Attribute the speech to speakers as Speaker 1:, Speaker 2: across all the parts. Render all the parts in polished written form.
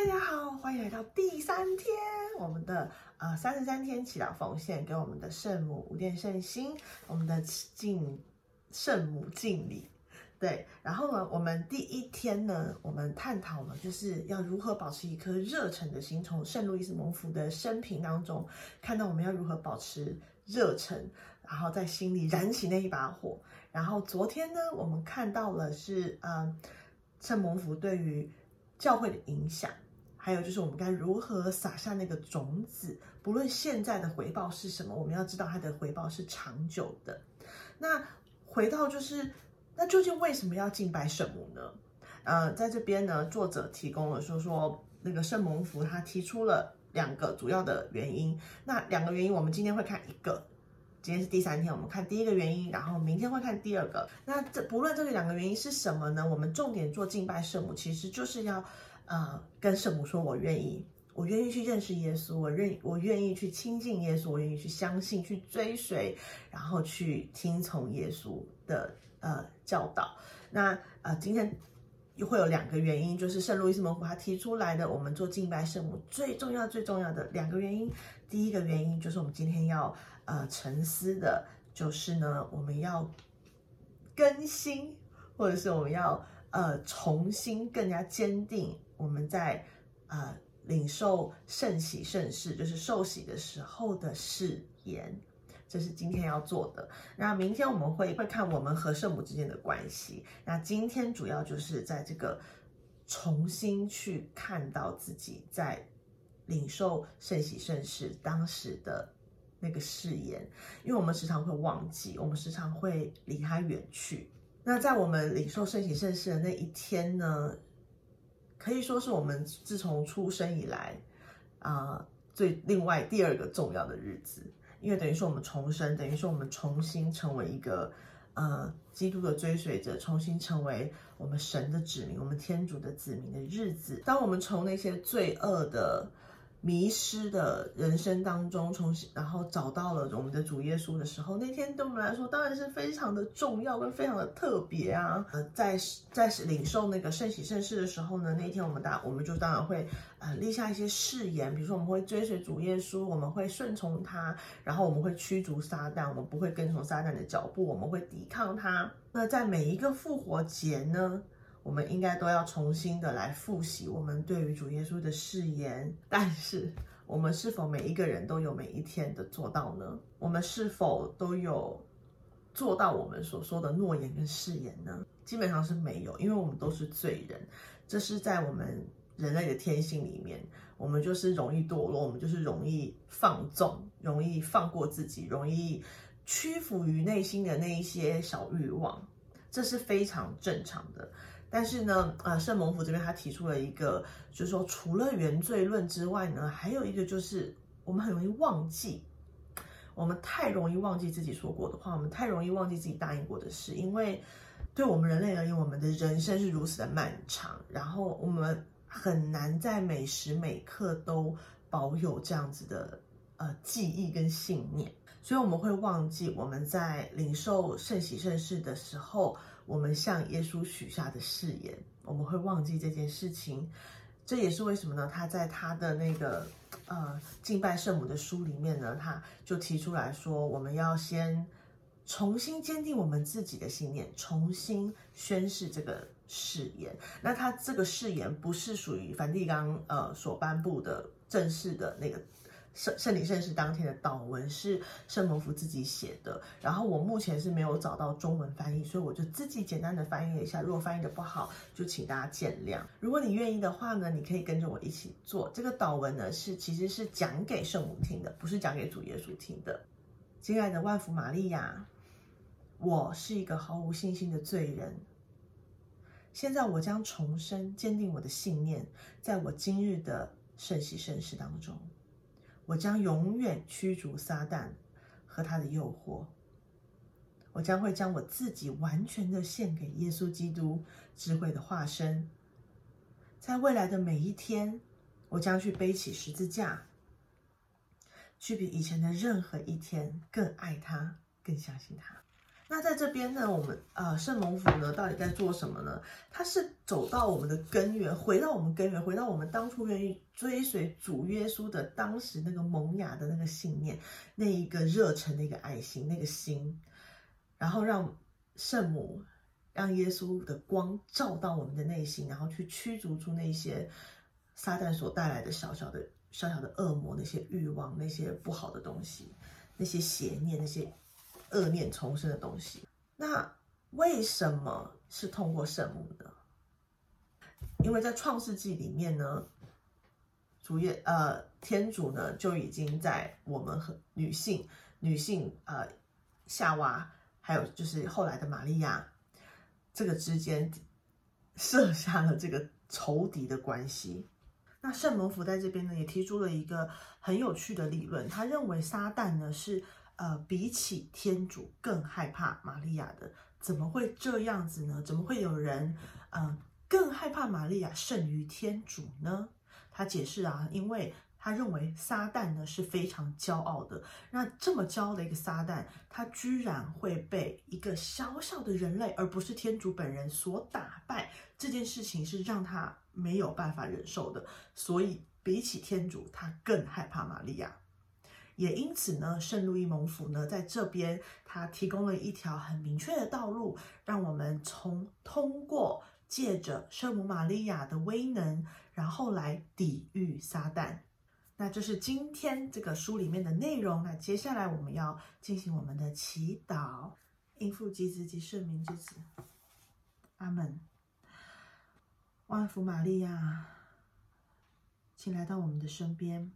Speaker 1: 大家好，欢迎来到第3天，我们的33天祈祷奉献给我们的圣母无殿圣心，我们的圣母敬礼。对，然后呢，我们第1天呢，我们探讨了就是要如何保持一颗热忱的心，从圣路易斯蒙福的生平当中看到我们要如何保持热忱，然后在心里燃起那一把火。然后昨天呢，我们看到了是圣蒙福对于教会的影响，还有就是我们该如何撒下那个种子，不论现在的回报是什么，我们要知道它的回报是长久的。那回到就是那究竟为什么要敬拜圣母呢？在这边呢，作者提供了说那个圣蒙福他提出了2个主要的原因。那2个原因我们今天会看1个，今天是第3天，我们看第1个原因，然后明天会看第2个。那不论这2个原因是什么呢，我们重点做敬拜圣母，其实就是要跟圣母说我愿意去认识耶稣，我愿意去亲近耶稣，我愿意去相信，去追随，然后去听从耶稣的教导。那今天会有2个原因，就是圣路易斯蒙福他提出来的，我们做敬拜圣母最重要的2个原因。第1个原因就是我们今天要沉思的，就是呢，我们要更新，或者是我们要重新更加坚定我们在领受圣喜圣事，就是受洗的时候的誓言。这是今天要做的。那明天我们会看我们和圣母之间的关系。那今天主要就是在这个重新去看到自己在领受圣喜圣事当时的那个誓言，因为我们时常会忘记，我们时常会离他远去。那在我们领受圣喜圣事的那一天呢，可以说是我们自从出生以来另外第2个重要的日子。因为等于说我们重生，等于说我们重新成为一个基督的追随者，重新成为我们神的子民，我们天主的子民的日子。当我们从那些罪恶的迷失的人生当中然后找到了我们的主耶稣的时候，那天对我们来说当然是非常的重要跟非常的特别啊。在领受那个圣喜圣事的时候呢，那一天我们就当然会立下一些誓言，比如说我们会追随主耶稣，我们会顺从他，然后我们会驱逐撒旦，我们不会跟从撒旦的脚步，我们会抵抗他。那在每一个复活节呢，我们应该都要重新的来复习我们对于主耶稣的誓言。但是我们是否每一个人都有每一天的做到呢？我们是否都有做到我们所说的诺言跟誓言呢？基本上是没有，因为我们都是罪人，这是在我们人类的天性里面，我们就是容易堕落，我们就是容易放纵，容易放过自己，容易屈服于内心的那一些小欲望，这是非常正常的。但是呢，圣蒙福这边他提出了一个，就是说除了原罪论之外呢，还有一个就是我们很容易忘记，我们太容易忘记自己说过的话，我们太容易忘记自己答应过的事，因为对我们人类而言，我们的人生是如此的漫长，然后我们很难在每时每刻都保有这样子的记忆跟信念，所以我们会忘记我们在领受圣喜圣事的时候，我们向耶稣许下的誓言，我们会忘记这件事情。这也是为什么呢？他在他的那个敬拜圣母的书里面呢，他就提出来说，我们要先重新坚定我们自己的信念，重新宣誓这个誓言。那他这个誓言不是属于梵蒂冈所颁布的正式的那个圣礼圣事当天的祷文，是圣蒙福自己写的。然后我目前是没有找到中文翻译，所以我就自己简单的翻译了一下。如果翻译的不好，就请大家见谅。如果你愿意的话呢，你可以跟着我一起做。这个祷文呢，其实是讲给圣母听的，不是讲给主耶稣听的。亲爱的万福玛利亚，我是一个毫无信心的罪人。现在我将重生，坚定我的信念，在我今日的圣喜圣事当中，我将永远驱逐撒旦和他的诱惑。我将会将我自己完全的献给耶稣基督，智慧的化身。在未来的每一天，我将去背起十字架，去比以前的任何一天更爱他，更相信他。 那在这边呢，我们圣蒙福呢，到底在做什么呢？它是走到我们的根源，回到我们根源，回到我们当初愿意追随主耶稣的当时那个萌芽的那个信念，那一个热忱的一个爱心，那个心，然后让圣母，让耶稣的光照到我们的内心，然后去驱逐出那些撒旦所带来的小小的恶魔，那些欲望，那些不好的东西，那些邪念，那些恶念重生的东西。那为什么是通过圣母呢？因为在创世纪里面呢，天主呢就已经在我们和女性夏娃，还有就是后来的玛利亚这个之间设下了这个仇敌的关系。那圣蒙福在这边呢也提出了一个很有趣的理论，他认为撒旦呢是比起天主更害怕玛利亚的。怎么会这样子呢？怎么会有人更害怕玛利亚胜于天主呢？他解释因为他认为撒旦呢是非常骄傲的。那这么骄傲的一个撒旦，他居然会被一个小小的人类，而不是天主本人所打败，这件事情是让他没有办法忍受的。所以比起天主，他更害怕玛利亚。也因此呢，圣路易蒙福呢，在这边他提供了一条很明确的道路，让我们通过借着圣母玛利亚的威能，然后来抵御撒旦。那这是今天这个书里面的内容。那接下来我们要进行我们的祈祷，因父及子及圣名之子，阿们。万福玛利亚，请来到我们的身边。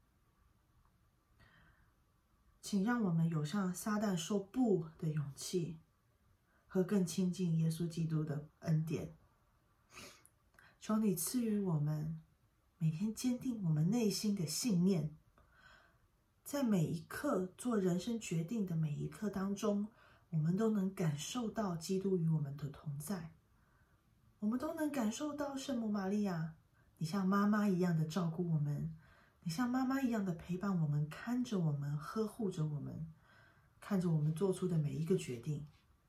Speaker 1: 请让我们有向撒旦说不的勇气，和更亲近耶稣基督的恩典。求你赐予我们每天坚定我们内心的信念，在每一刻做人生决定的每一刻当中，我们都能感受到基督与我们的同在，我们都能感受到圣母玛利亚，你像妈妈一样的照顾我们，你像妈妈一样的陪伴我们，看着我们，呵护着我们，看着我们做出的每一个决定。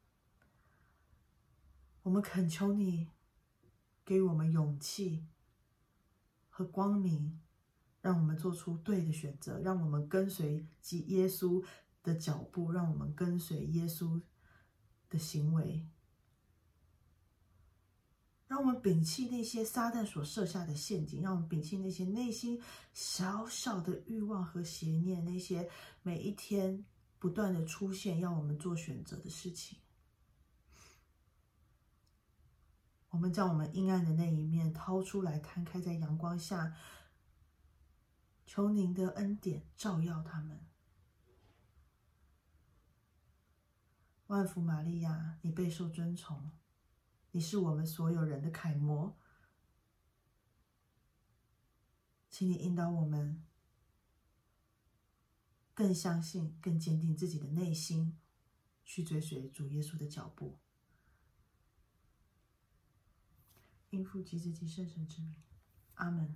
Speaker 1: 我们恳求你给我们勇气和光明，让我们做出对的选择，让我们跟随耶稣的脚步，让我们跟随耶稣的行为，让我们摒弃那些撒旦所设下的陷阱，让我们摒弃那些内心小小的欲望和邪念，那些每一天不断的出现要我们做选择的事情。我们将我们阴暗的那一面掏出来，摊开在阳光下，求您的恩典照耀他们。万福玛利亚，你备受尊崇，你是我们所有人的楷模，请你引导我们更相信、更坚定自己的内心，去追随主耶稣的脚步。因父及子及圣神之名，阿们。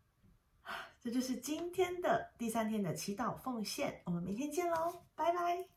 Speaker 1: 这就是今天的第3天的祈祷奉献，我们明天见喽，拜拜。